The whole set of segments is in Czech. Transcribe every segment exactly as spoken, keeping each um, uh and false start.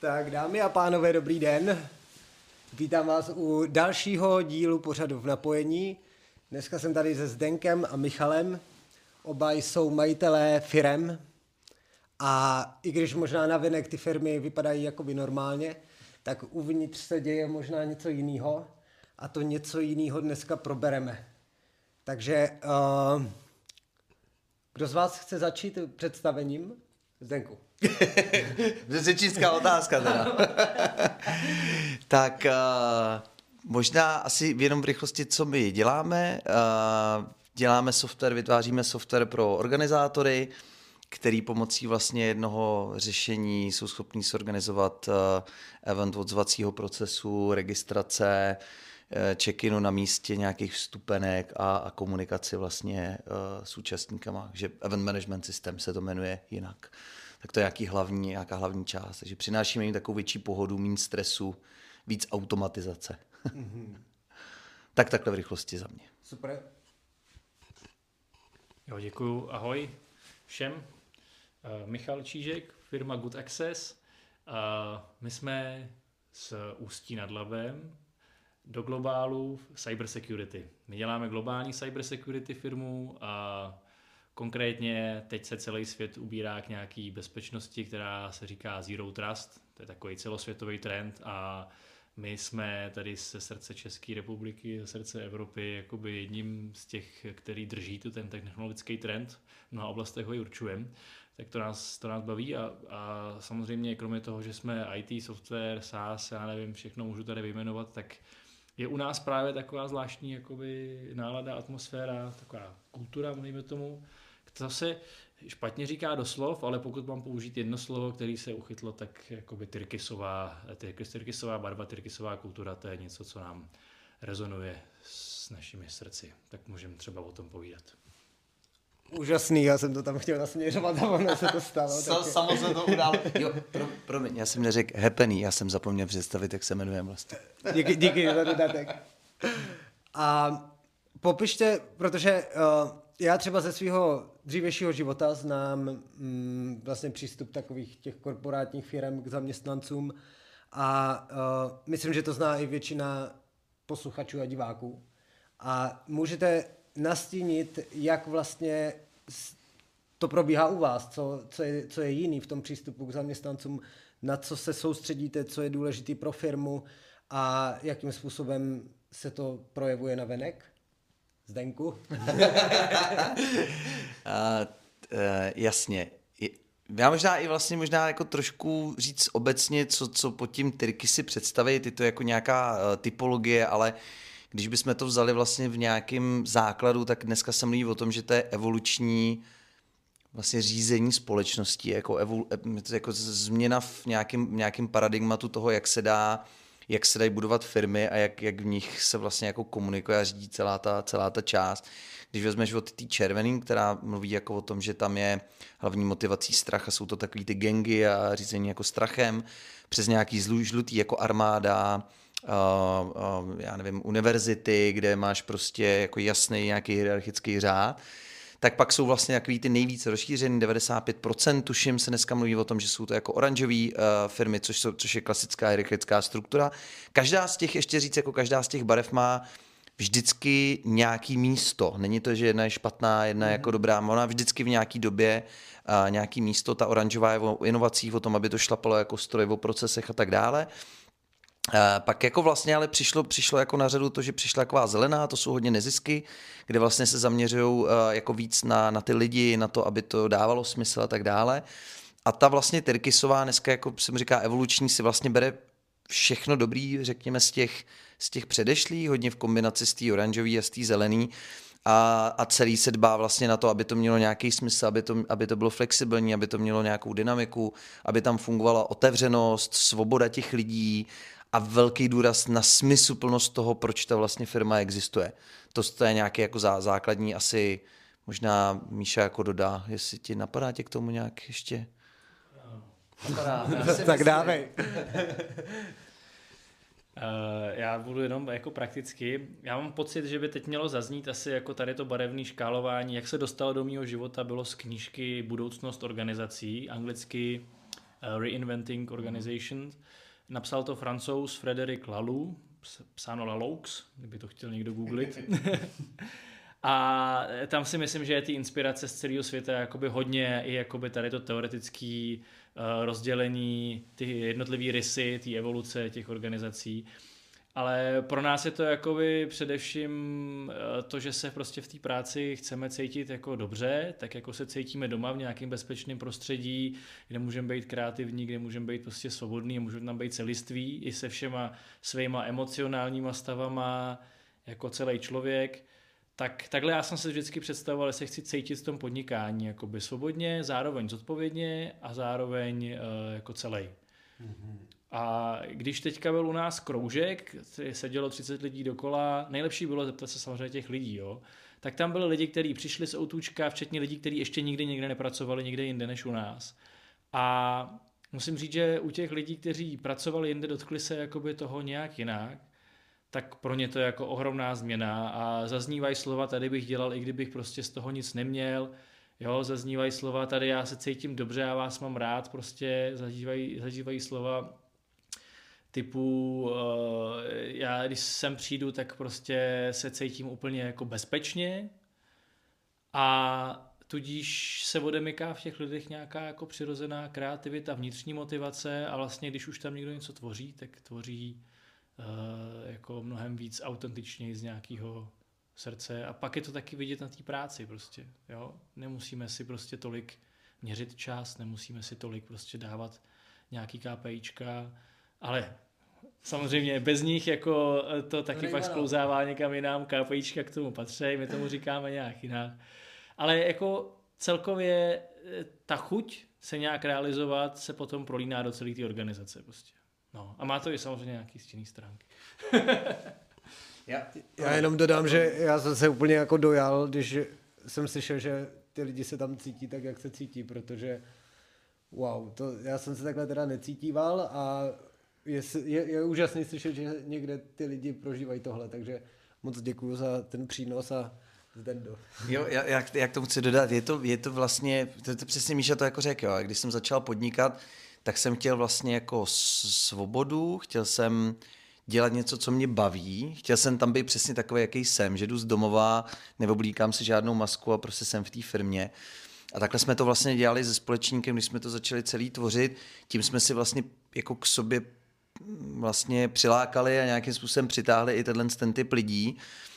Tak dámy a pánové, dobrý den. Vítám vás u dalšího dílu pořadu V napojení. Dneska jsem tady se Zdenkem a Michalem. Oba jsou majitelé firem. A i když možná navenek ty firmy vypadají jakoby normálně, tak uvnitř se děje možná něco jiného. A to něco jiného dneska probereme. Takže uh, kdo z vás chce začít představením? Zdenku. Řečnická otázka teda. Tak uh, možná asi jenom v rychlosti, co my děláme. Uh, děláme software, vytváříme software pro organizátory, který pomocí vlastně jednoho řešení jsou schopní zorganizovat uh, event odzvacího procesu, registrace, check-inu na místě, nějakých vstupenek a, a komunikaci vlastně uh, s účastníkama. Že event management system se to jmenuje jinak. Tak to je nějaký hlavní, nějaká hlavní část. Takže přinášíme jim takovou větší pohodu, méně stresu, víc automatizace. Mm-hmm. Tak takhle v rychlosti za mě. Super. Jo, děkuju. Ahoj všem. Uh, Michal Čížek, firma Good Access. Uh, my jsme z Ústí nad Labem do globálu cyber security. My děláme globální cyber security firmu a konkrétně teď se celý svět ubírá k nějaký bezpečnosti, která se říká Zero Trust. To je takový celosvětový trend a my jsme tady ze srdce České republiky, ze srdce Evropy jakoby jedním z těch, který drží tu ten technologický trend. V mnoha oblastech ho i určujeme. Tak to nás, to nás baví a, a samozřejmě kromě toho, že jsme í té, software, SaaS, já nevím, všechno můžu tady vyjmenovat, tak je u nás právě taková zvláštní jakoby nálada, atmosféra, taková kultura, dejme tomu. To se špatně říká do slov, ale pokud mám použít jedno slovo, který se uchytlo, tak jakoby tyrkysová, tyrkysová barva, tyrkysová kultura, to je něco, co nám rezonuje s našimi srdci. Tak můžeme třeba o tom povídat. Úžasný, já jsem to tam chtěl nasměřovat a ono se to stalo. So, samozřejmě to událo. Jo, pro, promiň, já jsem neřekl happy, já jsem zapomněl představit, jak se jmenujeme vlastně. Díky, díky za dodatek. A popište, protože uh, já třeba ze svého dřívějšího života znám mm, vlastně přístup takových těch korporátních firm k zaměstnancům a uh, myslím, že to zná i většina posluchačů a diváků. A můžete nastínit, jak vlastně to probíhá u vás, co, co, je, co je jiný v tom přístupu k zaměstnancům, na co se soustředíte, co je důležitý pro firmu a jakým způsobem se to projevuje na venek? Zdenku? a, e, jasně. Já možná i vlastně možná jako trošku říct obecně, co, co pod tím Tyrky si představit, je to jako nějaká uh, typologie, ale když bychom to vzali vlastně v nějakém základu, tak dneska se mluví o tom, že to je evoluční vlastně řízení společnosti, jako, evol, jako změna v nějakém, nějakém paradigmatu toho, jak se dá, jak se dají budovat firmy a jak, jak v nich se vlastně jako komunikuje a řídí celá ta, celá ta část. Když vezmeš od té červený, která mluví jako o tom, že tam je hlavní motivací strach a jsou to takový ty gengy a řízení jako strachem, přes nějaký zlů, žlutý jako armáda, Uh, uh, já nevím, univerzity, kde máš prostě jako jasný nějaký hierarchický řád, tak pak jsou vlastně takový ty nejvíce rozšířený, devadesát pět procent, tuším se dneska mluví o tom, že jsou to jako oranžové uh, firmy, což, jsou, což je klasická hierarchická struktura. Každá z těch, ještě říct, jako každá z těch barev má vždycky nějaký místo. Není to, že jedna je špatná, jedna je jako dobrá, ona vždycky v nějaký době uh, nějaký místo, ta oranžová je o inovacích, o tom, aby to šlapalo jako stroj, o procesech a tak dále. Uh, pak jako vlastně ale přišlo, přišlo jako na řadu to, že přišla taková zelená, to jsou hodně nezisky, kde vlastně se zaměřují uh, jako víc na, na ty lidi, na to, aby to dávalo smysl a tak dále. A ta vlastně Tyrkysová dneska, jako jsem říká, evoluční, si vlastně bere všechno dobrý, řekněme, z těch, z těch předešlých, hodně v kombinaci s té oranžový a s té zelený. A, a celý se dbá vlastně na to, aby to mělo nějaký smysl, aby to, aby to bylo flexibilní, aby to mělo nějakou dynamiku, aby tam fungovala otevřenost, svoboda těch lidí a velký důraz na smysluplnost toho, proč ta vlastně firma existuje. To je nějaký jako zá, základní asi, možná Míša jako dodá, jestli ti napadá tě k tomu nějak ještě? Napadá. Tak dávej. Uh, já budu jenom jako prakticky. Já mám pocit, že by teď mělo zaznít asi jako tady to barevné škálování, jak se dostalo do mýho života, bylo z knížky Budoucnost organizací, anglicky Reinventing Organizations. Napsal to Francouz Frédéric Laloux, psáno Laloux, kdyby to chtěl někdo googlit. A tam si myslím, že je ty inspirace z celého světa jakoby hodně i jakoby tady to teoretické uh, rozdělení, ty jednotlivé rysy, ty evoluce těch organizací. Ale pro nás je to jakoby především to, že se prostě v té práci chceme cítit jako dobře, tak jako se cítíme doma v nějakém bezpečném prostředí, kde můžeme být kreativní, kde můžeme být prostě svobodní, můžeme tam být celiství i se všema svýma emocionálníma stavama jako celý člověk. Tak takhle já jsem se vždycky představoval, že se chci cítit v tom podnikání jakoby svobodně, zároveň zodpovědně a zároveň uh, jako celý. Mm-hmm. A když teďka byl u nás kroužek, sedělo třicet lidí dokola, nejlepší bylo zeptat se samozřejmě těch lidí, jo. Tak tam byli lidi, kteří přišli z Outůčka, včetně lidí, kteří ještě nikdy někde nepracovali, někde jinde než u nás. A musím říct, že u těch lidí, kteří pracovali jinde, dotkli se jakoby toho nějak jinak, tak pro ně to je jako ohromná změna a zaznívají slova, tady bych dělal, i kdybych prostě z toho nic neměl. Jo, zaznívají slova, tady já se cítím dobře, já vás mám rád, prostě zaznívají, zaznívají slova typu, uh, já když sem přijdu, tak prostě se cítím úplně jako bezpečně a tudíž se odemyká v těch lidech nějaká jako přirozená kreativita, vnitřní motivace a vlastně když už tam někdo něco tvoří, tak tvoří uh, jako mnohem víc autentičněji z nějakého srdce a pak je to taky vidět na té práci prostě, jo, nemusíme si prostě tolik měřit čas, nemusíme si tolik prostě dávat nějaký KPIčka, ale samozřejmě bez nich jako to taky pak sklouzává někam jinam, KPIčka k tomu patří, my tomu říkáme nějak jinak. Ale jako celkově ta chuť se nějak realizovat se potom prolíná do celé té organizace prostě. No a má to i samozřejmě nějaký stinný stránky. já, já jenom dodám, že já jsem se úplně jako dojal, když jsem slyšel, že ty lidi se tam cítí tak, jak se cítí, protože wow, to já jsem se takhle teda necítíval a je, je, je úžasný slyšet, že někde ty lidi prožívají tohle, takže moc děkuju za ten přínos a Zdendo. Jo, jak, jak tomu chci dodat, je to, je to vlastně, to, to přesně Míša to jako řekl, jo. Když jsem začal podnikat, tak jsem chtěl vlastně jako svobodu, chtěl jsem dělat něco, co mě baví, chtěl jsem tam být přesně takový, jaký jsem, že jdu z domova, neoblíkám si žádnou masku a prostě jsem v té firmě. A takhle jsme to vlastně dělali se společníkem, když jsme to začali celý tvořit, tím jsme si vlastně jako k sobě vlastně přilákali a nějakým způsobem přitáhli i tenhle ten typ lidí.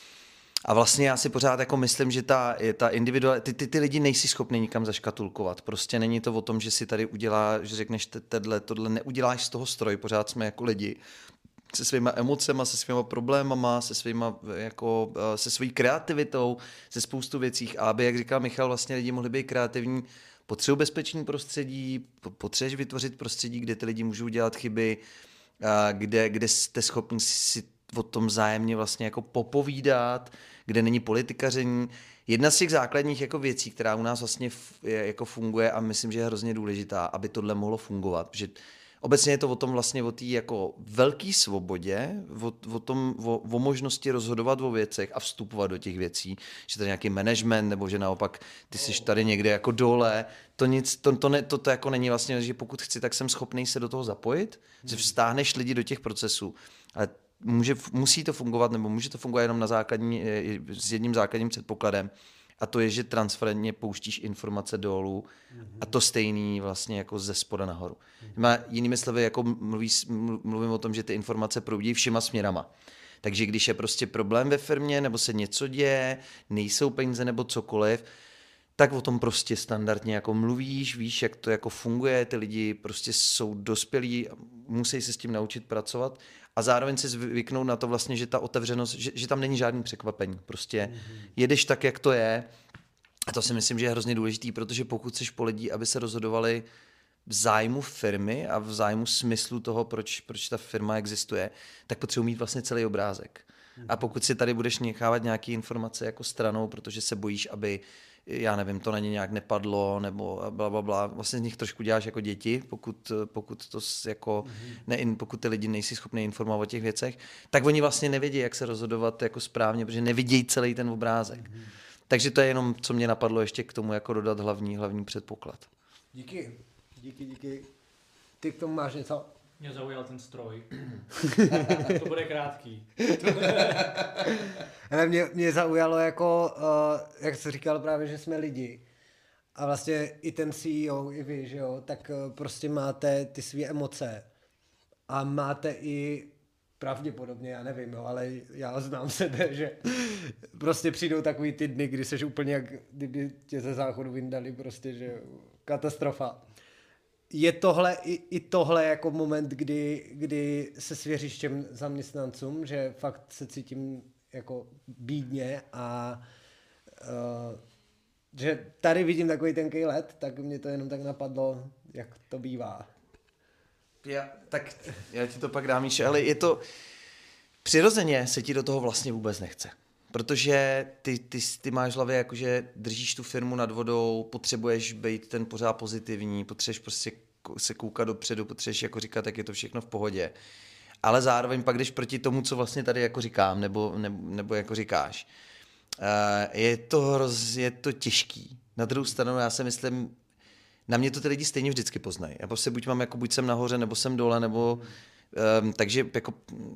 A vlastně já si pořád jako myslím, že ta, ta individuál, ty, ty, ty lidi nejsi schopný nikam zaškatulkovat. Prostě není to o tom, že si tady udělá, že řekneš tohle, tohle neuděláš z toho stroj, pořád jsme jako lidi se svýma emocema, se svýma problémama, se svýma jako, se svojí kreativitou, se spoustu věcí. A aby, jak říkal Michal, vlastně lidi mohli být kreativní, potřebují bezpečný prostředí, potřebuješ vytvořit prostředí, kde ty lidi můžou dělat chyby, kde, kde jste schopni si o tom vzájemně vlastně jako popovídat, kde není politikaření. Jedna z těch základních jako věcí, která u nás vlastně je, jako funguje a myslím, že je hrozně důležitá, aby tohle mohlo fungovat, že obecně je to o tom vlastně o té jako velké svobodě, o, o tom, o, o možnosti rozhodovat o věcech a vstupovat do těch věcí, že to je nějaký management, nebo že naopak ty jsi tady někde jako dole, to nic, to, to, ne, to, to jako není vlastně, že pokud chci, tak jsem schopný se do toho zapojit, hmm. že vstáhneš lidi do těch procesů, ale může, musí to fungovat, nebo může to fungovat jenom na základní, s jedním základním předpokladem, a to je, že transparentně pouštíš informace dolů mm-hmm. a to stejný vlastně jako ze spoda nahoru. Mm-hmm. Má jinými slovy, jako mluví, mluvím o tom, že ty informace proudí všema směrama. Takže když je prostě problém ve firmě, nebo se něco děje, nejsou peníze nebo cokoliv, tak o tom prostě standardně jako mluvíš, víš, jak to jako funguje, ty lidi prostě jsou dospělí, musí se s tím naučit pracovat a zároveň se zvyknout na to vlastně, že ta otevřenost, že, že tam není žádný překvapení. Prostě mm-hmm. jedeš tak, jak to je a to si myslím, že je hrozně důležitý, protože pokud chceš po lidí, aby se rozhodovali v zájmu firmy a v zájmu smyslu toho, proč, proč ta firma existuje, tak potřebuji mít vlastně celý obrázek. Mm-hmm. A pokud si tady budeš nechávat nějaké informace jako stranou, protože se bojíš, aby já nevím, to na ně nějak nepadlo, nebo bla, bla, bla. Vlastně z nich trošku děláš jako děti, pokud, pokud, to jako mm-hmm. ne, pokud ty lidi nejsi schopný informovat o těch věcech, tak oni vlastně nevědí, jak se rozhodovat jako správně, protože nevidějí celý ten obrázek. Mm-hmm. Takže to je jenom, co mě napadlo ještě k tomu, jako dodat hlavní, hlavní předpoklad. Díky, díky, díky. ty k tomu máš něco? Mě zaujal ten stroj. To bude krátký. Ale mě, mě zaujalo jako, uh, jak jsi říkal právě, že jsme lidi. A vlastně i ten C E O, i vy, že jo, tak uh, prostě máte ty své emoce. A máte i pravděpodobně, já nevím, jo, ale já znám sebe, že prostě přijdou takový ty dny, kdy seš úplně jak kdyby tě ze záchodu vyndali, prostě, že katastrofa. Je tohle i, i tohle jako moment, kdy, kdy se svěříš těm zaměstnancům, že fakt se cítím jako bídně a uh, že tady vidím takový tenký led, tak mě to jenom tak napadlo, jak to bývá. Já, tak já ti to pak dám, Míše, ale je to, přirozeně se ti do toho vlastně vůbec nechce. Protože ty, ty, ty máš v hlavě, jakože držíš tu firmu nad vodou, potřebuješ být ten pořád pozitivní, potřebuješ prostě se koukat dopředu, potřebuješ jako říkat, jak je to všechno v pohodě. Ale zároveň pak jdeš proti tomu, co vlastně tady jako říkám, nebo, nebo, nebo jako říkáš. Je to, hroz, je to těžký. Na druhou stranu já si myslím, na mě to ty lidi stejně vždycky poznají. Já prostě buď mám jako buď jsem nahoře, nebo jsem dole, nebo um, takže jako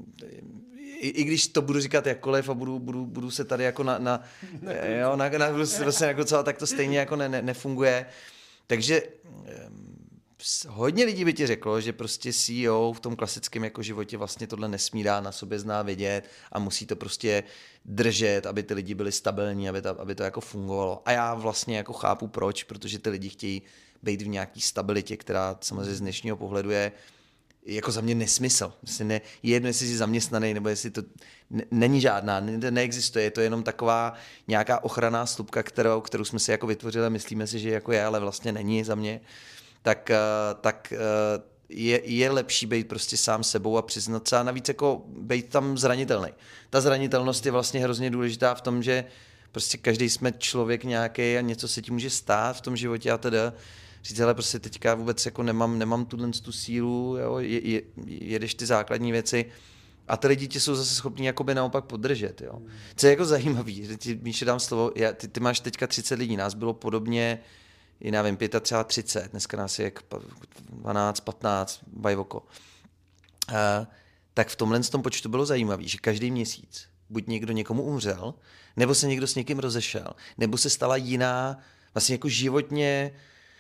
i, i když to budu říkat jakkoliv a budu, budu, budu se tady jako na, na, jo, na, na budu se vlastně jako co, tak to stejně jako ne, ne, nefunguje. Takže um, hodně lidí by ti řeklo, že prostě C E O v tom klasickém jako životě vlastně tohle nesmí dát, na sobě zná vidět a musí to prostě držet, aby ty lidi byli stabilní, aby to, aby to jako fungovalo. A já vlastně jako chápu proč, protože ty lidi chtějí být v nějaký stabilitě, která samozřejmě z dnešního pohledu je jako za mě nesmysl. Ne, je jedno, jestli jsi zaměstnaný, nebo jestli to ne, není žádná, ne, neexistuje, je to jenom taková nějaká ochranná slupka, kterou, kterou jsme si jako vytvořili, myslíme si, že jako je, ale vlastně není za mě. Tak, tak je, je lepší být prostě sám sebou a přiznat se a navíc jako být tam zranitelný. Ta zranitelnost je vlastně hrozně důležitá v tom, že prostě každý jsme člověk nějaký a něco se ti může stát v tom životě a teda říct, ale prostě teďka vůbec jako nemám, nemám tuhle tu sílu, jo, je, je, jedeš ty základní věci a ty lidi ti jsou zase schopní jakoby naopak podržet. Jo. Co je jako zajímavý, že ti, Míše, dám slovo, já, ty, ty máš teďka třicet lidí, nás bylo podobně, i nevím, třeba třicet, dneska nás je jak dvanáct, patnáct, bajvoko. Uh, tak v tomhle z tom počtu bylo zajímavé, že každý měsíc buď někdo někomu umřel, nebo se někdo s někým rozešel, nebo se stala jiná, vlastně jako životně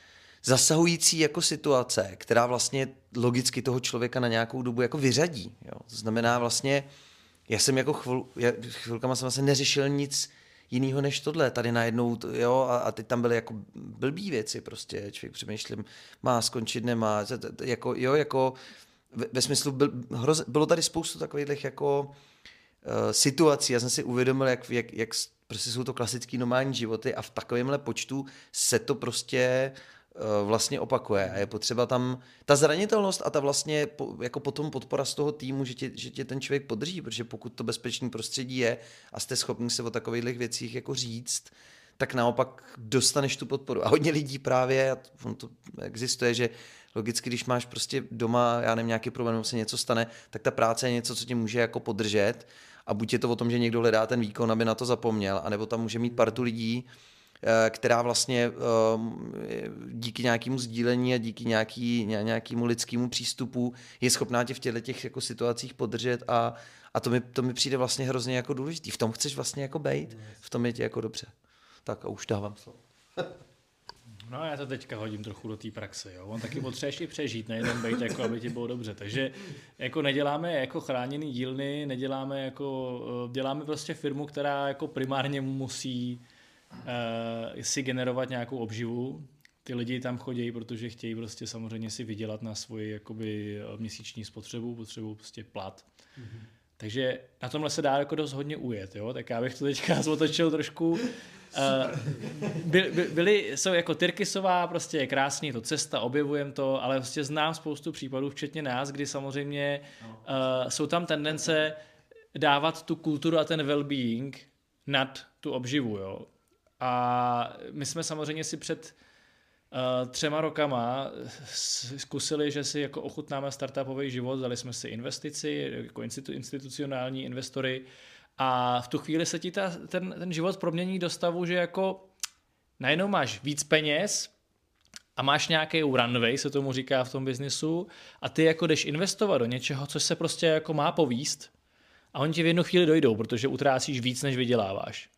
zasahující jako situace, která vlastně logicky toho člověka na nějakou dobu jako vyřadí. Jo. To znamená vlastně, já jsem jako chvil, já chvilkama jsem vlastně neřešil nic jinýho než tohle. Tady najednou, jo, a, a teď tam byly jako blbý věci prostě, člověk přemýšlím, má skončit, nemá, jako, jo, jako ve, ve smyslu, byl, hroz, bylo tady spoustu takových jako uh, situací, já jsem si uvědomil, jak, jak, jak prostě jsou to klasický normální životy a v takovémhle počtu se to prostě vlastně opakuje a je potřeba tam ta zranitelnost a ta vlastně jako potom podpora z toho týmu, že tě, že tě ten člověk podrží, protože pokud to bezpečný prostředí je a jste schopni se o takových věcích jako říct, tak naopak dostaneš tu podporu. A hodně lidí právě, a to existuje, že logicky, když máš prostě doma, já nevím, nějaký problém, nebo se něco stane, tak ta práce je něco, co tě může jako podržet a buď je to o tom, že někdo hledá ten výkon, aby na to zapomněl, anebo tam může mít partu lidí, která vlastně díky nějakému sdílení a díky nějaký, nějakému lidskému přístupu je schopná tě v těchto těch jako situacích podržet a, a to, mi, to mi přijde vlastně hrozně jako důležitý. V tom chceš vlastně jako bejt, v tom je ti jako dobře. Tak a už dávám slovo. No já to teďka hodím trochu do té praxe, jo. On taky potřebuješ i přežít, nejenom bejt, jako aby ti bylo dobře. Takže jako neděláme jako chráněný dílny, neděláme jako, děláme prostě firmu, která jako primárně musí Uh, si generovat nějakou obživu. Ty lidi tam chodí, protože chtějí prostě samozřejmě si vydělat na svoji jakoby měsíční spotřebu, potřebují prostě plat. Mm-hmm. Takže na tomhle se dá jako dost hodně ujet, jo? Tak já bych to teďka otočil trošku. Uh, by, by, byly, jsou jako Tyrkisová, prostě je krásný, to cesta, objevujem to, ale prostě znám spoustu případů, včetně nás, kdy samozřejmě uh, jsou tam tendence dávat tu kulturu a ten well-being nad tu obživu, jo? A my jsme samozřejmě si před uh, třema rokama zkusili, že si jako ochutnáme startupový život, dali jsme si investici, jako institu, institucionální investory a v tu chvíli se ti ta, ten, ten život promění do stavu, že jako najednou máš víc peněz a máš nějaký runway, se tomu říká v tom biznisu, a ty jako jdeš investovat do něčeho, co se prostě jako má povíst, a oni ti v jednu chvíli dojdou, protože utrácíš víc, než vyděláváš.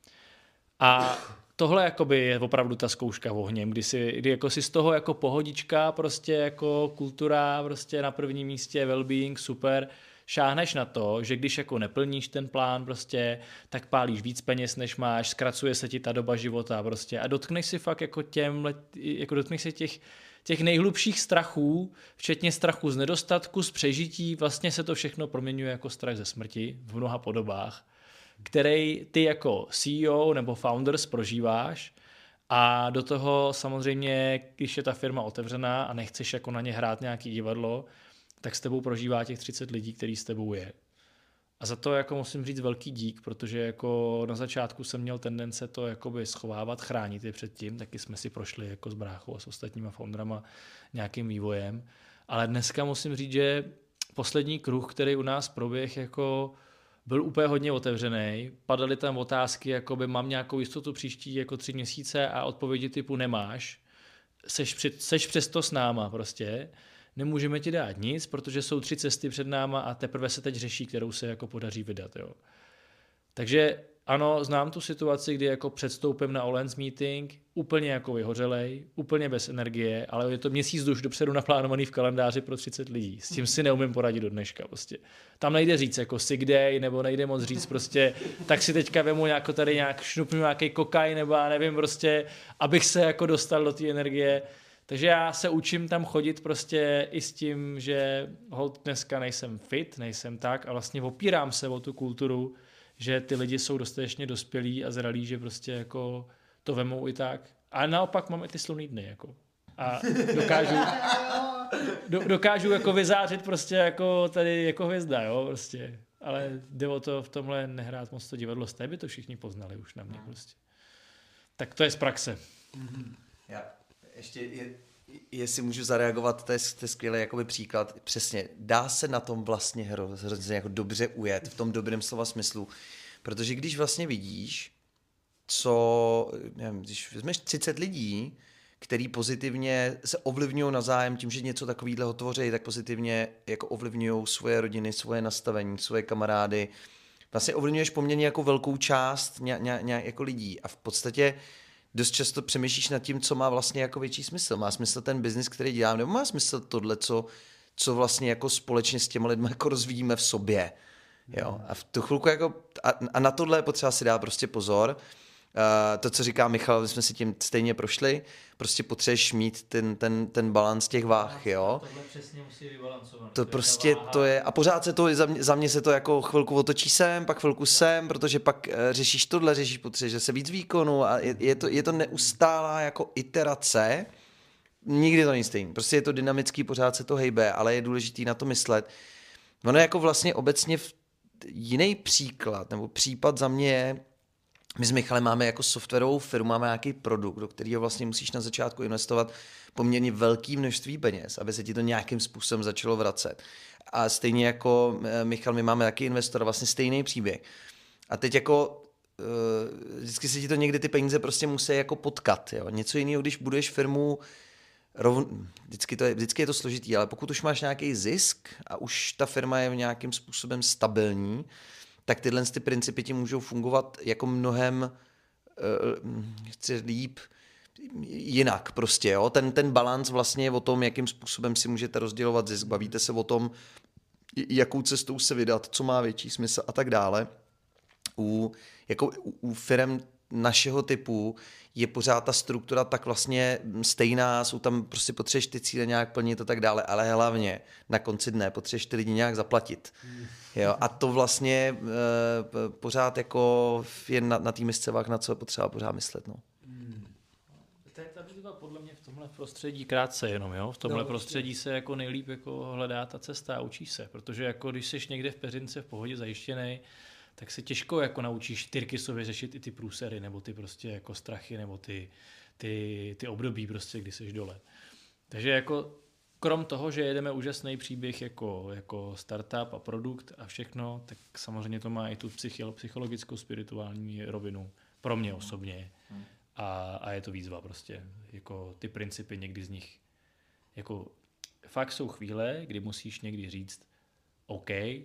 A tohle jakoby je opravdu ta zkouška ohněm, kdy si, kdy jako si z toho jako pohodička, prostě jako kultura, prostě na prvním místě, well-being, super, šáhneš na to, že když jako neplníš ten plán prostě, tak pálíš víc peněz, než máš, zkracuje se ti ta doba života prostě a dotkneš si fakt jako těm, jako dotkneš si těch, těch nejhlubších strachů, včetně strachu z nedostatku, z přežití, vlastně se to všechno proměňuje jako strach ze smrti v mnoha podobách, který ty jako C E O nebo founders prožíváš a do toho samozřejmě, když je ta firma otevřená a nechceš jako na ně hrát nějaký divadlo, tak s tebou prožívá těch třicet lidí, který s tebou je. A za to jako musím říct velký dík, protože jako na začátku jsem měl tendence to jakoby schovávat, chránit je před tím, taky jsme si prošli jako s bráchou a s ostatníma foundrama nějakým vývojem, ale dneska musím říct, že poslední kruh, který u nás proběh, jako byl úplně hodně otevřený, padaly tam otázky, jakoby mám nějakou jistotu příští jako tři měsíce a odpovědi typu nemáš, seš, při, seš přesto s náma prostě, nemůžeme ti dát nic, protože jsou tři cesty před náma a teprve se teď řeší, kterou se jako podaří vydat. Jo. Takže ano, znám tu situaci, kdy jako předstoupím na All Hands meeting, úplně jako vyhořelej, úplně bez energie, ale je to měsíc už dopředu naplánovaný v kalendáři pro třicet lidí. S tím si neumím poradit do dneška. Prostě. Tam nejde říct jako sick day, nebo nejde moc říct prostě, tak si teďka vemu nějako tady nějak šnupnu nějaký kokaj, nebo já nevím prostě, abych se jako dostal do té energie. Takže já se učím tam chodit prostě i s tím, že hold dneska nejsem fit, nejsem tak a vlastně opírám se o tu kulturu, že ty lidi jsou dostatečně dospělí a zralí, že prostě jako to vemou i tak. A naopak mám i ty slunný dny, jako. A dokážu, do, dokážu jako vyzářit prostě jako tady jako hvězda, jo, prostě. Ale jde o to v tomhle nehrát moc to divadlo, z té by to všichni poznali už na mě prostě. Tak to je z praxe. Já ještě, je, jestli můžu zareagovat, to je, to je skvělý jakoby příklad. Přesně, dá se na tom vlastně hrozně jako dobře ujet, v tom dobrém slova smyslu, protože když vlastně vidíš, co, nevím, když vezmeš třicet lidí, který pozitivně se ovlivňují navzájem tím, že něco takového tvoří, tak pozitivně jako ovlivňují svoje rodiny, svoje nastavení, svoje kamarády. Vlastně ovlivňuješ poměrně jako velkou část ně, ně, ně, jako lidí a v podstatě dost často přemýšlíš nad tím, co má vlastně jako větší smysl. Má smysl ten biznis, který dělám, nebo má smysl tohle, co, co vlastně jako společně s těma lidmi jako rozvíjíme v sobě. Jo? A v tu chvilku jako, a, a na tohle je potřeba si dát prostě pozor. Uh, to, co říká Michal, my jsme si tím stejně prošli, prostě potřebuješ mít ten, ten, ten balans těch váh, jo. Tohle přesně musí vybalancovat. To prostě to je, a pořád se to, za mě, za mě se to jako chvilku otočí sem, pak chvilku sem, protože pak uh, řešíš tohle, řešíš potřebuješ se víc výkonu a je, je, to, je to neustálá jako iterace, nikdy to není stejný, prostě je to dynamický, pořád se to hejbe, ale je důležitý na to myslet. Ono jako vlastně obecně v, jiný příklad, nebo případ za mě je, my s Michalem máme jako softwarovou firmu, máme nějaký produkt, do kterého vlastně musíš na začátku investovat poměrně velké množství peněz, aby se ti to nějakým způsobem začalo vracet. A stejně jako Michal, my máme taky investora, vlastně stejný příběh. A teď jako vždycky se ti to někdy ty peníze prostě musí jako potkat. Jo? Něco jiného, když buduješ firmu, rovn... vždycky, to je, vždycky je to složitý, ale pokud už máš nějaký zisk a už ta firma je nějakým způsobem stabilní, tak tyhle ty principy ti můžou fungovat jako mnohem uh, chci líp, jinak prostě, jo. Ten, ten balans vlastně je o tom, jakým způsobem si můžete rozdělovat zisk, bavíte se o tom, jakou cestou se vydat, co má větší smysl a tak dále. U, jako u, u firem našeho typu je pořád ta struktura tak vlastně stejná, jsou tam prostě potřebuješ ty cíle nějak plnit a tak dále, ale hlavně na konci dne potřebuješ ty lidi nějak zaplatit. Jo, a to vlastně e, pořád jako je na, na té misce vah, na co je potřeba pořád myslet. No. Hmm. To je ta bitva podle mě v tomhle prostředí krátce jenom, jo? V tomhle no, prostředí se jako nejlíp jako hledá ta cesta a učíš se, protože jako když jsi někde v peřince v pohodě zajištěnej, tak se těžko jako naučíš Tyrkisově řešit i ty průsery, nebo ty prostě jako strachy, nebo ty, ty, ty období prostě, kdy jsi dole. Takže jako krom toho, že jedeme úžasný příběh jako, jako startup a produkt a všechno, tak samozřejmě to má i tu psychologickou, spirituální rovinu. Pro mě osobně. a, a je to výzva prostě. Jako ty principy někdy z nich, jako fakt jsou chvíle, kdy musíš někdy říct, OK,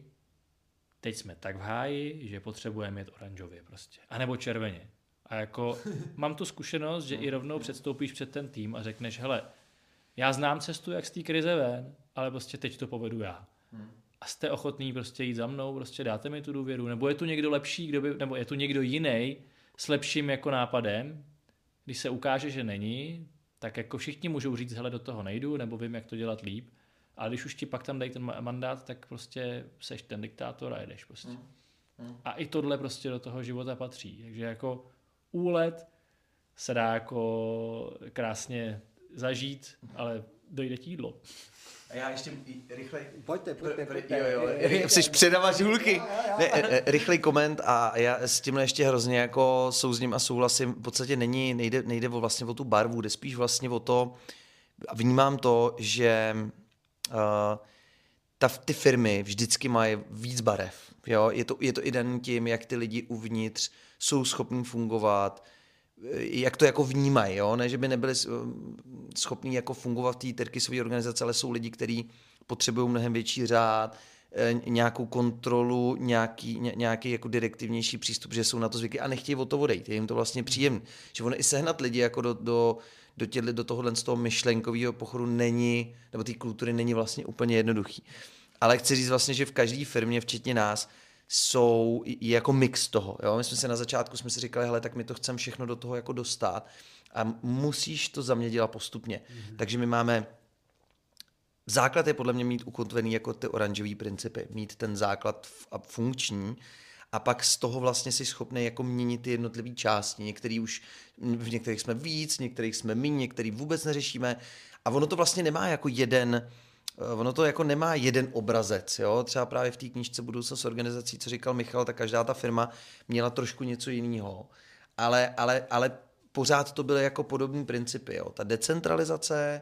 teď jsme tak v háji, že potřebujeme jet oranžově prostě. A nebo červeně. A jako mám tu zkušenost, že i rovnou předstoupíš před ten tým a řekneš, hele, já znám cestu, jak z té krize ven, ale prostě teď to povedu já. A jste ochotný prostě jít za mnou, prostě dáte mi tu důvěru, nebo je tu někdo lepší, kdo by, nebo je tu někdo jiný s lepším jako nápadem, když se ukáže, že není, tak jako všichni můžou říct, hele, do toho nejdu, nebo vím, jak to dělat líp. A když už ti pak tam dají ten mandát, tak prostě seš ten diktátor a jedeš prostě. Mm. Mm. A i tohle prostě do toho života patří. Takže jako úlet se dá jako krásně zažít, ale dojde ti jídlo. A já ještě rychlej... Pojďte, pojďte, pojďte. Jo, jo, jsi předávat žůlky. Ne, rychlej koment a já s tímhle ještě hrozně jako souzním a souhlasím. V podstatě není, nejde, nejde vlastně o tu barvu, jde spíš vlastně o to, vnímám to, že uh, ta, ty firmy vždycky mají víc barev. Jo? Je to, je to i daný tím, jak ty lidi uvnitř jsou schopní fungovat, jak to jako vnímají, jo? Ne, že by nebyli schopní jako fungovat v té tyrkysové organizace, ale jsou lidi, kteří potřebují mnohem větší řád, nějakou kontrolu, nějaký, nějaký jako direktivnější přístup, že jsou na to zvyklí a nechtějí od toho odejít. Je jim to vlastně příjemné. Že ono i sehnat lidi jako do, do, do, těhle, do tohohle z toho myšlenkového pochodu není, nebo té kultury není vlastně úplně jednoduchý. Ale chci říct vlastně, že v každé firmě, včetně nás, jsou jako mix toho. Jo? My jsme se na začátku jsme si říkali, hele, tak my to chceme všechno do toho jako dostat a musíš to za mě dělat postupně. Mm-hmm. Takže my máme základ je podle mě mít ukotvený jako ty oranžový principy, mít ten základ funkční a pak z toho vlastně si schopný jako měnit ty jednotlivé části. Některý už, v některých jsme víc, některých jsme míň, některý vůbec neřešíme a ono to vlastně nemá jako jeden Ono to jako nemá jeden obrazec, jo? Třeba právě v té knížce Budoucnost organizací, co říkal Michal, tak každá ta firma měla trošku něco jiného. Ale, ale, ale pořád to byly jako podobné principy, jo? Ta decentralizace,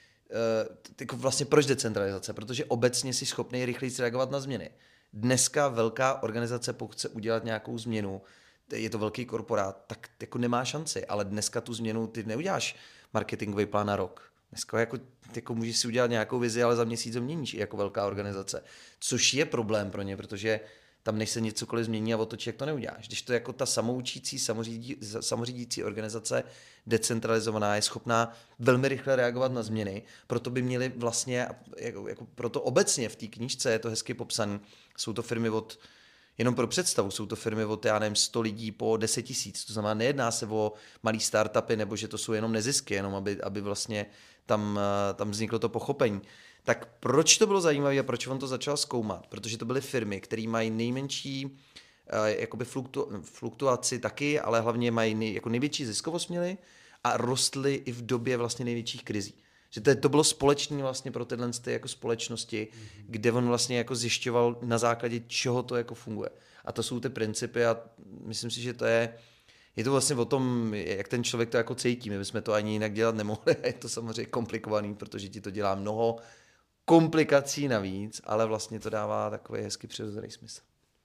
jako vlastně proč decentralizace? Protože obecně jsi schopný rychleji reagovat na změny. Dneska velká organizace, pokud chce udělat nějakou změnu, je to velký korporát, tak jako nemá šanci, ale dneska tu změnu ty neuděláš marketingový plán na rok. Dneska jako, jako můžeš si udělat nějakou vizi, ale za měsíc to měníš i jako velká organizace. Což je problém pro ně, protože tam než se něcokoliv změní a otočí, jak to neuděláš. Když to je jako ta samoučící, samořídí, samořídící organizace, decentralizovaná, je schopná velmi rychle reagovat na změny, proto by měli vlastně, jako, jako proto obecně v té knížce je to hezky popsané, jsou to firmy od, jenom pro představu, jsou to firmy od, já nevím, sto lidí po deset tisíc, to znamená, nejedná se o malý startupy, nebo že to jsou jenom nezisky, jenom aby, aby vlastně tam, tam vzniklo to pochopení. Tak proč to bylo zajímavé a proč on to začal zkoumat? Protože to byly firmy, které mají nejmenší uh, jakoby fluktu, fluktuaci taky, ale hlavně mají nej, jako největší ziskovost měli a rostly i v době vlastně největších krizí. Že to, to bylo společné vlastně pro tyhle jako společnosti, mm-hmm. kde on vlastně jako zjišťoval na základě čeho to jako funguje. A to jsou ty principy a myslím si, že to je Je to vlastně o tom, jak ten člověk to jako cítí. My bychom to ani jinak dělat nemohli. Je to samozřejmě komplikovaný, protože ti to dělá mnoho komplikací navíc, ale vlastně to dává takový hezky přirozený smysl.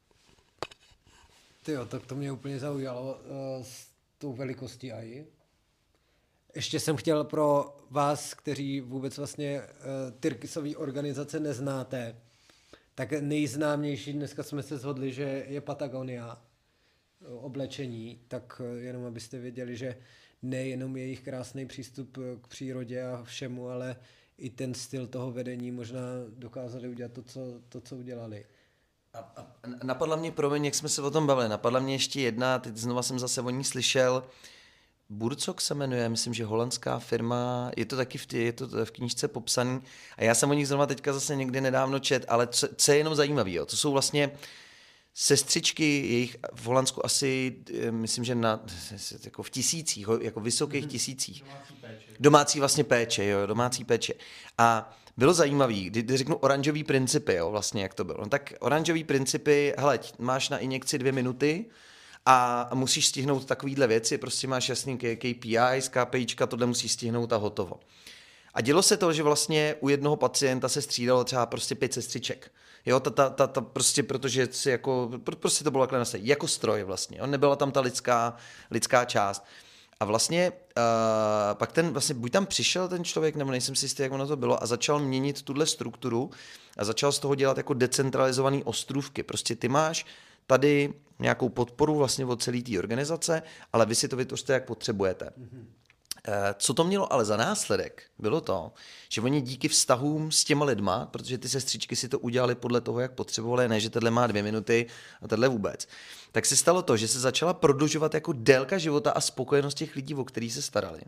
Tyjo, tak to mě úplně zaujalo uh, s tou velikostí á í. Ještě jsem chtěl pro vás, kteří vůbec vlastně uh, tyrkysové organizace neznáte, tak nejznámější, dneska jsme se shodli, že je Patagonia, oblečení, tak jenom abyste věděli, že nejenom jejich krásný přístup k přírodě a všemu, ale i ten styl toho vedení možná dokázali udělat to, co, to, co udělali. A, a napadla mě, promiň, jak jsme se o tom bavili, napadla mě ještě jedna, teď znova jsem zase o ní slyšel, Buurtzorg se jmenuje, myslím, že holandská firma, je to taky v, tě, je to v knížce popsaný a já jsem o nich zrovna teďka zase někdy nedávno čet, ale co, co je jenom zajímavý, jo, to jsou vlastně sestřičky, jejich v Holandsku asi, myslím, že na, jako v tisících, jako vysokých mm-hmm. tisících. Domácí péče. Domácí vlastně péče, jo, domácí péče. A bylo zajímavý, kdy, kdy řeknu oranžový principy, jo, vlastně jak to bylo. No, tak oranžový principy, hele, máš na injekci dvě minuty a musíš stihnout takovýhle věci, prostě máš jasný K P Is, KPIčka, tohle musíš stihnout a hotovo. A dělo se to, že vlastně u jednoho pacienta se střídalo třeba prostě pět sestřiček. Jo, ta, ta, ta, ta prostě, protože si jako, prostě to bylo takhle nastavené, jako stroj vlastně, jo? Nebyla tam ta lidská, lidská část. A vlastně uh, pak ten, vlastně buď tam přišel ten člověk, nebo nejsem si jistý, jak ono to bylo, a začal měnit tuhle strukturu a začal z toho dělat jako decentralizovaný ostrůvky. Prostě ty máš tady nějakou podporu vlastně od celé té organizace, ale vy si to vytvořte, jak potřebujete. Mm-hmm. Co to mělo ale za následek, bylo to, že oni díky vztahům s těma lidma, protože ty sestřičky si to udělali podle toho, jak potřebovali, ne, že tenhle má dvě minuty a tenhle vůbec, tak se stalo to, že se začala prodlužovat jako délka života a spokojenost těch lidí, o který se starali.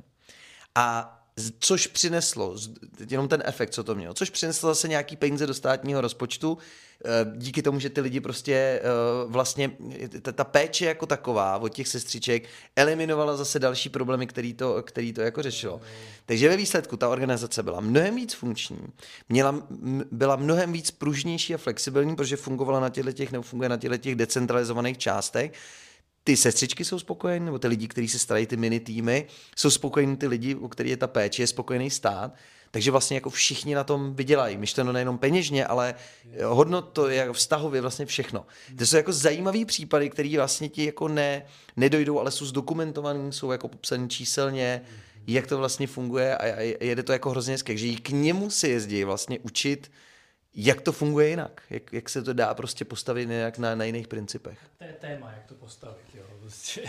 A což přineslo, jenom ten efekt, co to mělo, což přineslo zase nějaký peníze do státního rozpočtu, díky tomu, že ty lidi prostě vlastně, ta péče jako taková od těch sestřiček eliminovala zase další problémy, který to, který to jako řešilo. Takže ve výsledku ta organizace byla mnohem víc funkční, měla, byla mnohem víc pružnější a flexibilní, protože fungovala na těchto těch, nebo funguje na těchto těch decentralizovaných částech. Ty sestřičky jsou spokojení, nebo ty lidi, kteří se starají, ty mini týmy, jsou spokojení ty lidi, u kterých je ta péče, je spokojený stát. Takže vlastně jako všichni na tom vydělají. Myšleno nejenom peněžně, ale hodnot to je jako vztahově vlastně všechno. To jsou jako zajímavý případy, které vlastně ti jako ne, nedojdou, ale jsou zdokumentovaný, jsou jako popsaný číselně, jak to vlastně funguje a jede to jako hrozně hezky. Takže k němu se jezdí vlastně učit, jak to funguje jinak, jak, jak se to dá prostě postavit nějak na, na jiných principech. To je téma, jak to postavit, jo. Prostě.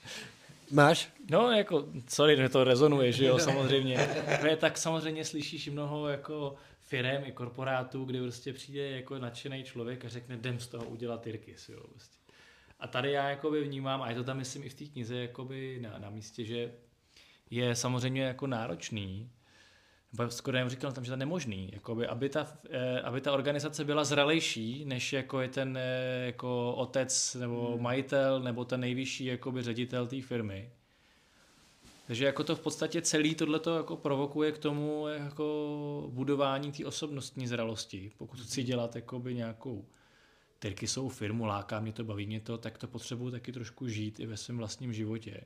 Máš? No, jako, sorry, že to rezonuje, že jo, samozřejmě. Ale tak samozřejmě slyšíš mnoho jako firem i korporátů, kdy prostě přijde jako nadšený člověk a řekne, jdem z toho udělat Tyrkis, jo. Prostě. A tady já jakoby vnímám, a je to tam myslím i v té knize jakoby na, na místě, že je samozřejmě jako náročný, skoro jsem říkal, tam, že to je nemožný, jakoby, aby, ta, aby ta organizace byla zralejší, než jako je ten jako otec nebo majitel nebo ten nejvyšší jakoby, ředitel té firmy. Takže jako to v podstatě celý tohleto jako provokuje k tomu jako budování té osobnostní zralosti. Pokud chci dělat jakoby, nějakou Tyrkisovou firmu, láká mě to, baví mě to, tak to potřebuji taky trošku žít i ve svém vlastním životě.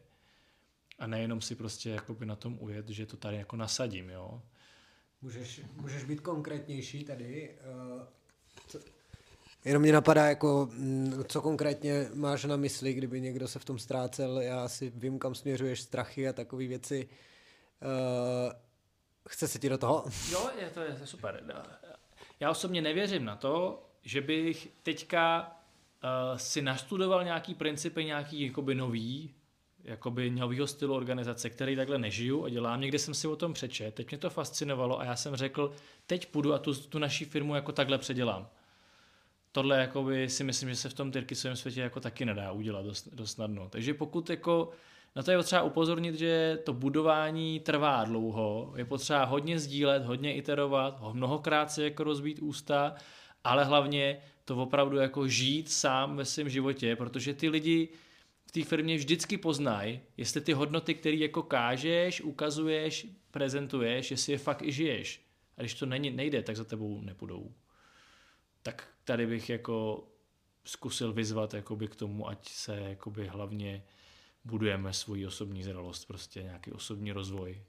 A nejenom si prostě jakoby na tom ujet, že to tady jako nasadím, jo. Můžeš, můžeš být konkrétnější tady. Uh, co, jenom mě napadá, jako, co konkrétně máš na mysli, kdyby někdo se v tom ztrácel. Já si vím, kam směřuješ, strachy a takové věci. Uh, chce se ti do toho? Jo, je to je super. Já osobně nevěřím na to, že bych teďka uh, si nastudoval nějaký principy, nějaký jakoby nový, jakoby novýho stylu organizace, který takhle nežiju a dělám. Někde jsem si o tom přečet, teď mě to fascinovalo a já jsem řekl, teď půjdu a tu, tu naší firmu jako takhle předělám. Tohle jakoby si myslím, že se v tom Tyrkisovém světě jako taky nedá udělat dost, dost snadno. Takže pokud jako, na to je potřeba upozornit, že to budování trvá dlouho, je potřeba hodně sdílet, hodně iterovat, mnohokrát si jako rozbít ústa, ale hlavně to opravdu jako žít sám ve svém životě, protože ty lidi v té firmě vždycky poznají, jestli ty hodnoty, které jako kážeš, ukazuješ, prezentuješ, jestli je fakt i žiješ. A když to není, nejde, tak za tebou nepůjdou. Tak tady bych jako zkusil vyzvat jakoby k tomu, ať se jakoby hlavně budujeme svoji osobní zralost, prostě nějaký osobní rozvoj.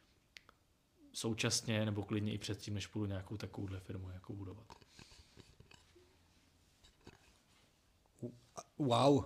Současně nebo klidně i předtím, než půjdu nějakou takovouhle firmu jako budovat. Wow.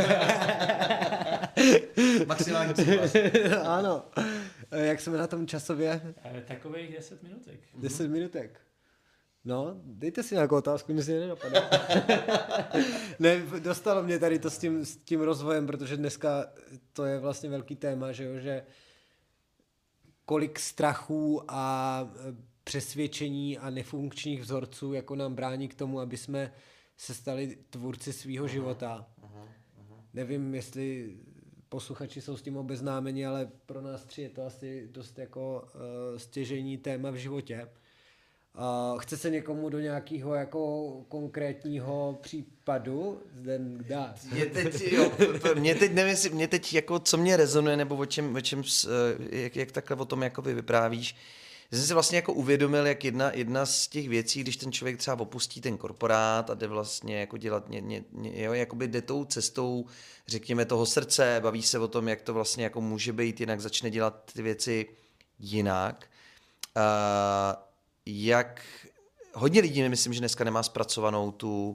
Maximální příklad. Ano. Jak jsme na tom časově? Takových deset minutek. Deset minutek. No, dejte si nějakou otázku, mě si nenapadá. Ne, dostalo mě tady to s tím, s tím rozvojem, protože dneska to je vlastně velký téma, že jo, že kolik strachů a přesvědčení a nefunkčních vzorců jako nám brání k tomu, aby jsme se stali tvůrci svýho života. Aha, aha. Nevím, jestli posluchači jsou s tím obeznámeni, ale pro nás tři je to asi dost jako uh, stěžejní téma v životě. Uh, chce se někomu do nějakého jako konkrétního případu zde dát? Mě teď, jo, mě teď nevím, mě teď jako, co mě rezonuje, nebo o čem, o čem jak, jak takhle o tom jako vy vyprávíš. Já jsem si vlastně jako uvědomil, jak jedna, jedna z těch věcí, když ten člověk třeba opustí ten korporát a jde vlastně jako dělat, ně, ně, ně, jo, jakoby jde tou cestou, řekněme, toho srdce, baví se o tom, jak to vlastně jako může být, jinak začne dělat ty věci jinak. Uh, jak hodně lidí, myslím, že dneska nemá zpracovanou tu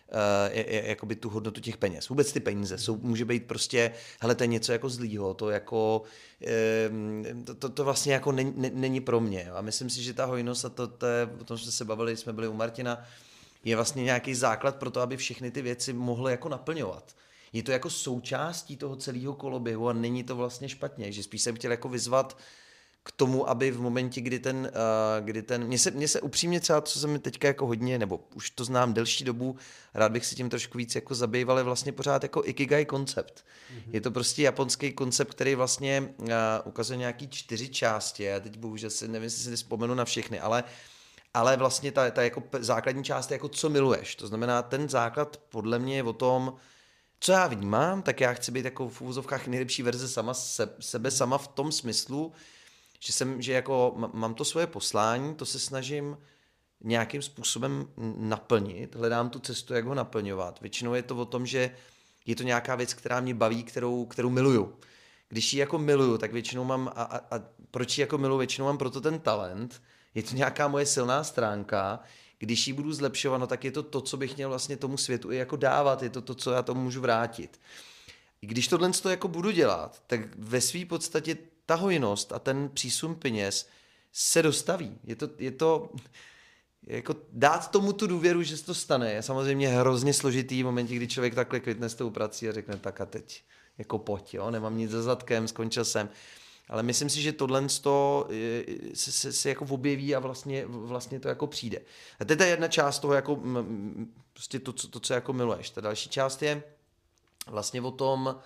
je, je, jakoby tu hodnotu těch peněz. Vůbec ty peníze. Jsou, může být prostě, hele, to je něco jako zlýho, to jako, to, to, to vlastně jako není, není pro mě. A myslím si, že ta hojnost, a to, to je, o tom jsme se bavili, jsme byli u Martina, je vlastně nějaký základ pro to, aby všechny ty věci mohly jako naplňovat. Je to jako součástí toho celého koloběhu a není to vlastně špatně, že spíš jsem chtěl jako vyzvat k tomu, aby v momentě, kdy ten, uh, kdy ten, mně se, mně se upřímně třeba, co se mi teďka jako hodně, nebo už to znám delší dobu, rád bych si tím trošku víc jako zabýval, je vlastně pořád jako ikigai koncept. Mm-hmm. Je to prostě japonský koncept, který vlastně uh, ukazuje nějaký čtyři části, já teď bohužel si nevím, jestli si vzpomenu na všechny, ale ale vlastně ta, ta jako základní část je jako co miluješ. To znamená, ten základ podle mě je o tom, co já vnímám, tak já chci být jako v úvozovkách nejlepší verze sama se, sebe sama v tom smyslu, že jsem, že jako mám to svoje poslání, to se snažím nějakým způsobem naplnit, hledám tu cestu, jak ho naplňovat. Většinou je to o tom, že je to nějaká věc, která mě baví, kterou, kterou miluju. Když ji jako miluju, tak většinou mám, a, a, a proč ji jako miluju, většinou mám proto ten talent, je to nějaká moje silná stránka, když ji budu zlepšovat, no tak je to to, co bych měl vlastně tomu světu i jako dávat, je to to, co já tomu můžu vrátit. I když tohle to jako budu dělat, tak ve své podstatě ta hojnost a ten přísun peněz se dostaví. Je to, je to jako dát tomu tu důvěru, že se to stane, je samozřejmě hrozně složitý v momentě, kdy člověk takhle kvitne s tou prací a řekne tak a teď jako pojď, jo, nemám nic za zadkem, skončil jsem. Ale myslím si, že tohle se, se, se jako objeví a vlastně, vlastně to jako přijde. A to je jedna část toho, jako, prostě to, to, co jako miluješ. Ta další část je vlastně o tom,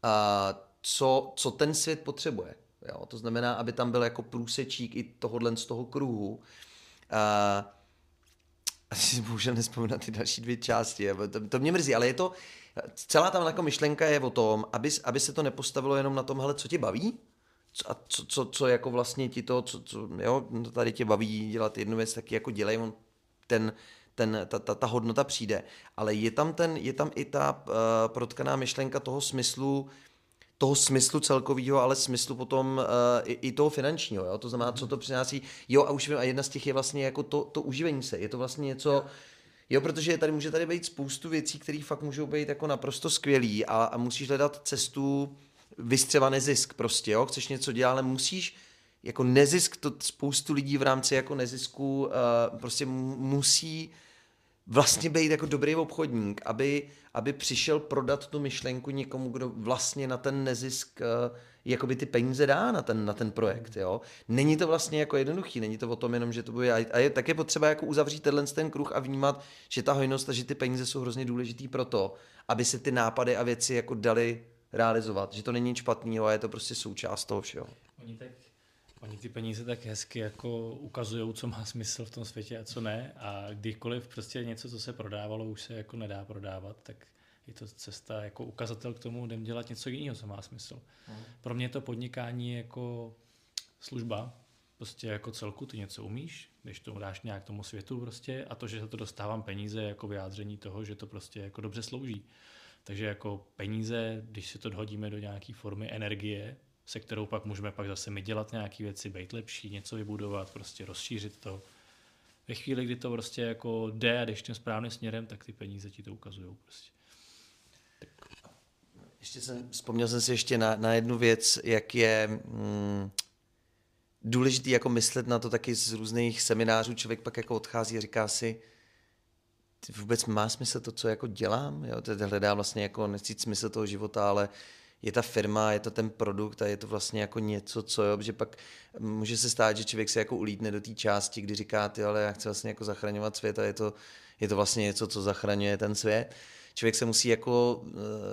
co, co ten svět potřebuje. Jo? To znamená, aby tam byl jako průsečík i tohohle z toho kruhu. A, a si bohužel nespomínám ty další dvě části. To, to mě mrzí, ale je to, celá tam jako myšlenka je o tom, aby, aby se to nepostavilo jenom na tom, hele, co tě baví, Co, a co, co, co jako vlastně ti to, co, co, jo, tady tě baví dělat jednu věc, taky jako dělej, on ten, ten, ta, ta, ta hodnota přijde. Ale je tam, ten, je tam i ta uh, protkaná myšlenka toho smyslu, toho smyslu celkovýho, ale smyslu potom uh, i, i toho finančního, jo? To znamená, co to přináší. Jo, a už vím, a jedna z těch je vlastně jako to, to uživení se. Je to vlastně něco, jo, protože tady může tady být spoustu věcí, které fakt můžou být jako naprosto skvělý a, a musíš hledat cestu vystřeba nezisk prostě, jo, chceš něco dělat, ale musíš, jako nezisk, to spoustu lidí v rámci jako nezisku uh, prostě musí vlastně být jako dobrý obchodník, aby, aby přišel prodat tu myšlenku někomu, kdo vlastně na ten nezisk uh, jakoby ty peníze dá na ten, na ten projekt, jo. Není to vlastně jako jednoduchý, není to o tom jenom, že to bude, a je, tak je potřeba jako uzavřít tenhle ten kruh a vnímat, že ta hojnost a že ty peníze jsou hrozně důležitý pro to, aby se ty nápady a věci jako dali realizovat, že to není nic špatného a je to prostě součást toho všeho. Oni, tak, oni ty peníze tak hezky jako ukazují, co má smysl v tom světě a co ne, a kdykoliv prostě něco, co se prodávalo, už se jako nedá prodávat, tak je to cesta jako ukazatel k tomu, jdem dělat něco jiného, co má smysl. Hmm. Pro mě to podnikání jako služba, prostě jako celku, ty něco umíš, když to dáš nějak tomu světu prostě, a to, že za to dostávám peníze, jako vyjádření toho, že to prostě jako dobře slouží. Takže jako peníze, když si to hodíme do nějaké formy energie, se kterou pak můžeme pak zase my dělat nějaké věci, být lepší, něco vybudovat, prostě rozšířit to. Ve chvíli, kdy to prostě jako jde a jdeš tím správným směrem, tak ty peníze ti to ukazují prostě. Tak. Ještě jsem, vzpomněl jsem si ještě na, na jednu věc, jak je mm, důležitý jako myslet na to taky z různých seminářů. Člověk pak jako odchází a říká si, vůbec má smysl to, co jako dělám? Jo? Teď hledá vlastně jako, nechci smysl toho života, ale je ta firma, je to ten produkt a je to vlastně jako něco, co jo, že pak může se stát, že člověk se jako ulítne do té části, kdy říká, ty, ale já chci vlastně jako zachraňovat svět a je to, je to vlastně něco, co zachraňuje ten svět. Člověk se musí jako,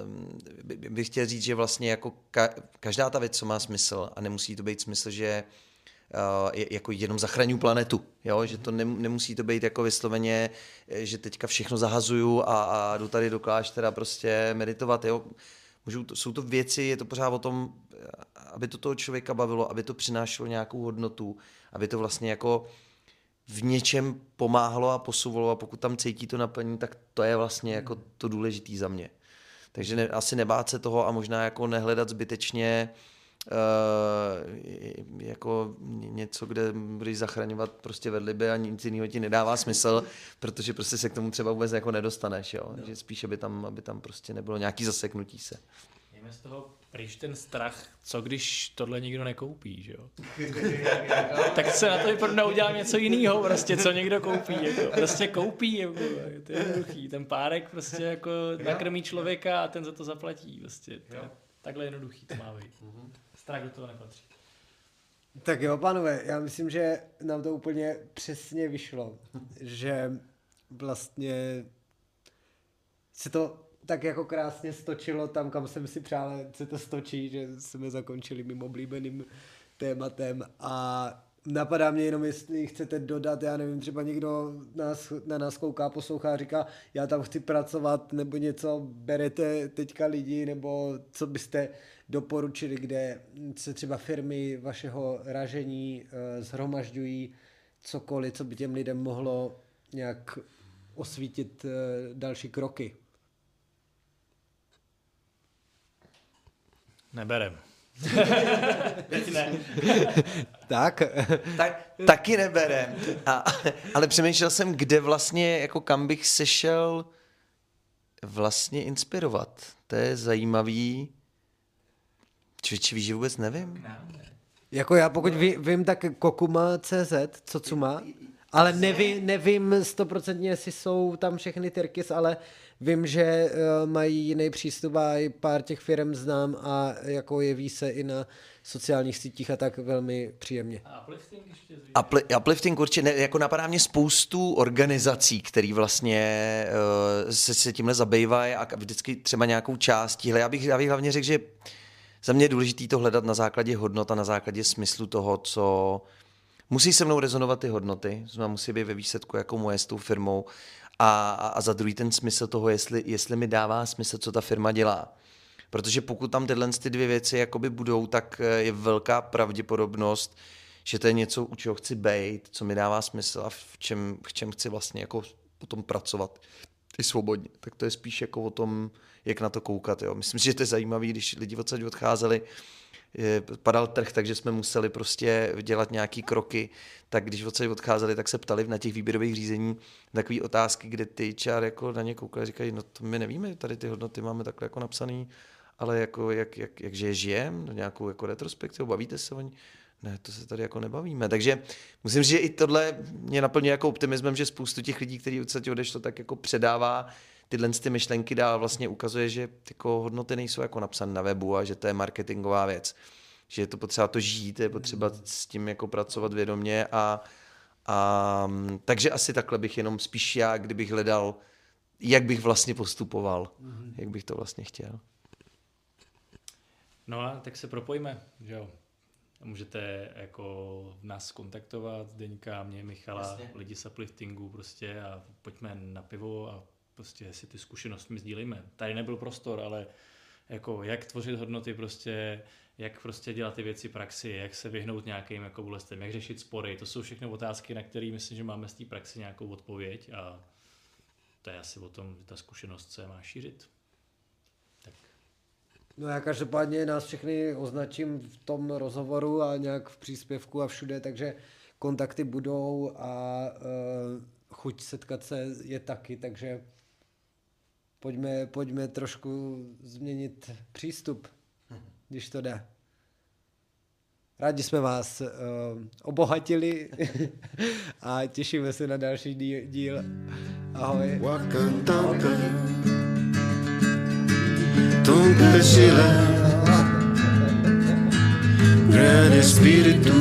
bych chtěl říct, že vlastně jako ka, každá ta věc, co má smysl a nemusí to být smysl, že Uh, jako jenom zachraňuji planetu, jo? Že to nemusí to být jako vysloveně, že teďka všechno zahazuju a, a jdu tady do kláštera prostě meditovat, jo? Můžou to, jsou to věci, je to pořád o tom, aby to toho člověka bavilo, aby to přinášelo nějakou hodnotu, aby to vlastně jako v něčem pomáhalo a posouvalo a pokud tam cítí to naplnění, tak to je vlastně jako to důležitý za mě. Takže ne, asi nebát se toho a možná jako nehledat zbytečně uh, jako něco, kde budeš zachraňovat prostě vedliby a nic jiného ti nedává smysl, protože prostě se k tomu třeba vůbec jako nedostaneš, jo? No. Že spíš, aby tam, aby tam prostě nebylo nějaký zaseknutí se. Jdeme z toho pryč ten strach, co když tohle nikdo nekoupí, že jo? Tak se na to vypadá udělám něco jiného, prostě, co někdo koupí, jako, prostě koupí, jako, to je jednoduchý, ten párek prostě jako nakrmí člověka a ten za to zaplatí, prostě, to je takhle jednoduchý to má být. Strach do toho nepatří. Tak jo, pánové, já myslím, že nám to úplně přesně vyšlo, že vlastně se to tak jako krásně stočilo tam, kam jsem si přál, se to stočí, že jsme zakončili mým oblíbeným tématem a napadá mě jenom, jestli chcete dodat, já nevím, třeba někdo nás, na nás kouká, poslouchá a říká, já tam chci pracovat, nebo něco, berete teďka lidi, nebo co byste doporučili, kde se třeba firmy vašeho ražení uh, shromažďují, cokoliv, co by těm lidem mohlo nějak osvítit uh, další kroky. Neberem. ne. Tak. tak. Taky neberem. A, ale přemýšlel jsem, kde vlastně, jako kam bych se šel vlastně inspirovat. To je zajímavý. Člověče, víš, že vůbec nevím. Jako já, pokud ví, vím, tak Kokuma tečka cé zet, co co má, ale nevím, nevím stoprocentně, jestli jsou tam všechny Tyrkys, ale vím, že uh, mají jiný přístup a i pár těch firm znám a jako jeví se i na sociálních sítích a tak velmi příjemně. A uplifting ještě Upli- uplifting určitě, ne, jako napadá mě spoustu organizací, které vlastně uh, se, se tímhle zabývají a vždycky třeba nějakou část tíhle. Já bych, já bych hlavně řekl, že za mě je důležité to hledat na základě hodnot a na základě smyslu toho, co musí se mnou rezonovat ty hodnoty, znamená musí být ve výsledku jako moje s tou firmou a, a, a za druhý ten smysl toho, jestli, jestli mi dává smysl, co ta firma dělá. Protože pokud tam tyhle ty dvě věci jakoby budou, tak je velká pravděpodobnost, že to je něco, u čeho chci bejt, co mi dává smysl a v čem, v čem chci vlastně jako potom pracovat i svobodně. Tak to je spíš jako o tom, jak na to koukat. Jo. Myslím si, že to je zajímavé, když lidi odsaď odcházeli, padal trh, takže jsme museli prostě dělat nějaký kroky, tak když odsaď odcházeli, tak se ptali na těch výběrových řízení takové otázky, kde ty H R jako na ně koukali a říkají, no to my nevíme, tady ty hodnoty máme takhle jako napsaný, ale jako jak, jak, jak že je žijem, nějakou jako retrospektivu, bavíte se o ní? Ne, to se tady jako nebavíme. Takže musím říct, že i tohle mě naplňuje jako optimismem, že spoustu těch lidí, kteří odsaď odešlo, tak jako předává tyhle ty myšlenky dál, vlastně ukazuje, že jako hodnoty nejsou jako napsané na webu a že to je marketingová věc. Že je to potřeba to žít, je potřeba s tím jako pracovat vědomě a, a takže asi takhle bych jenom spíš já, kdybych hledal, jak bych vlastně postupoval, mm-hmm. jak bych to vlastně chtěl. No a tak se propojíme, že jo. Můžete jako nás kontaktovat, Zdeňka, mě, Michala, Jasně. lidi z upliftingu prostě a pojďme na pivo a prostě si ty zkušenosti mi sdílíme. Tady nebyl prostor, ale jako jak tvořit hodnoty prostě, jak prostě dělat ty věci praxi, jak se vyhnout nějakým jako bolestem, jak řešit spory, to jsou všechno otázky, na které myslím, že máme z té praxi nějakou odpověď a to je asi o tom, že ta zkušenost se má šířit. Tak. No já každopádně nás všechny označím v tom rozhovoru a nějak v příspěvku a všude, takže kontakty budou a uh, chuť setkat se je taky, takže pojďme, pojďme trošku změnit přístup, když to jde. Rádi jsme vás uh, obohatili a těšíme se na další díl. Ahoj. Ton espíritu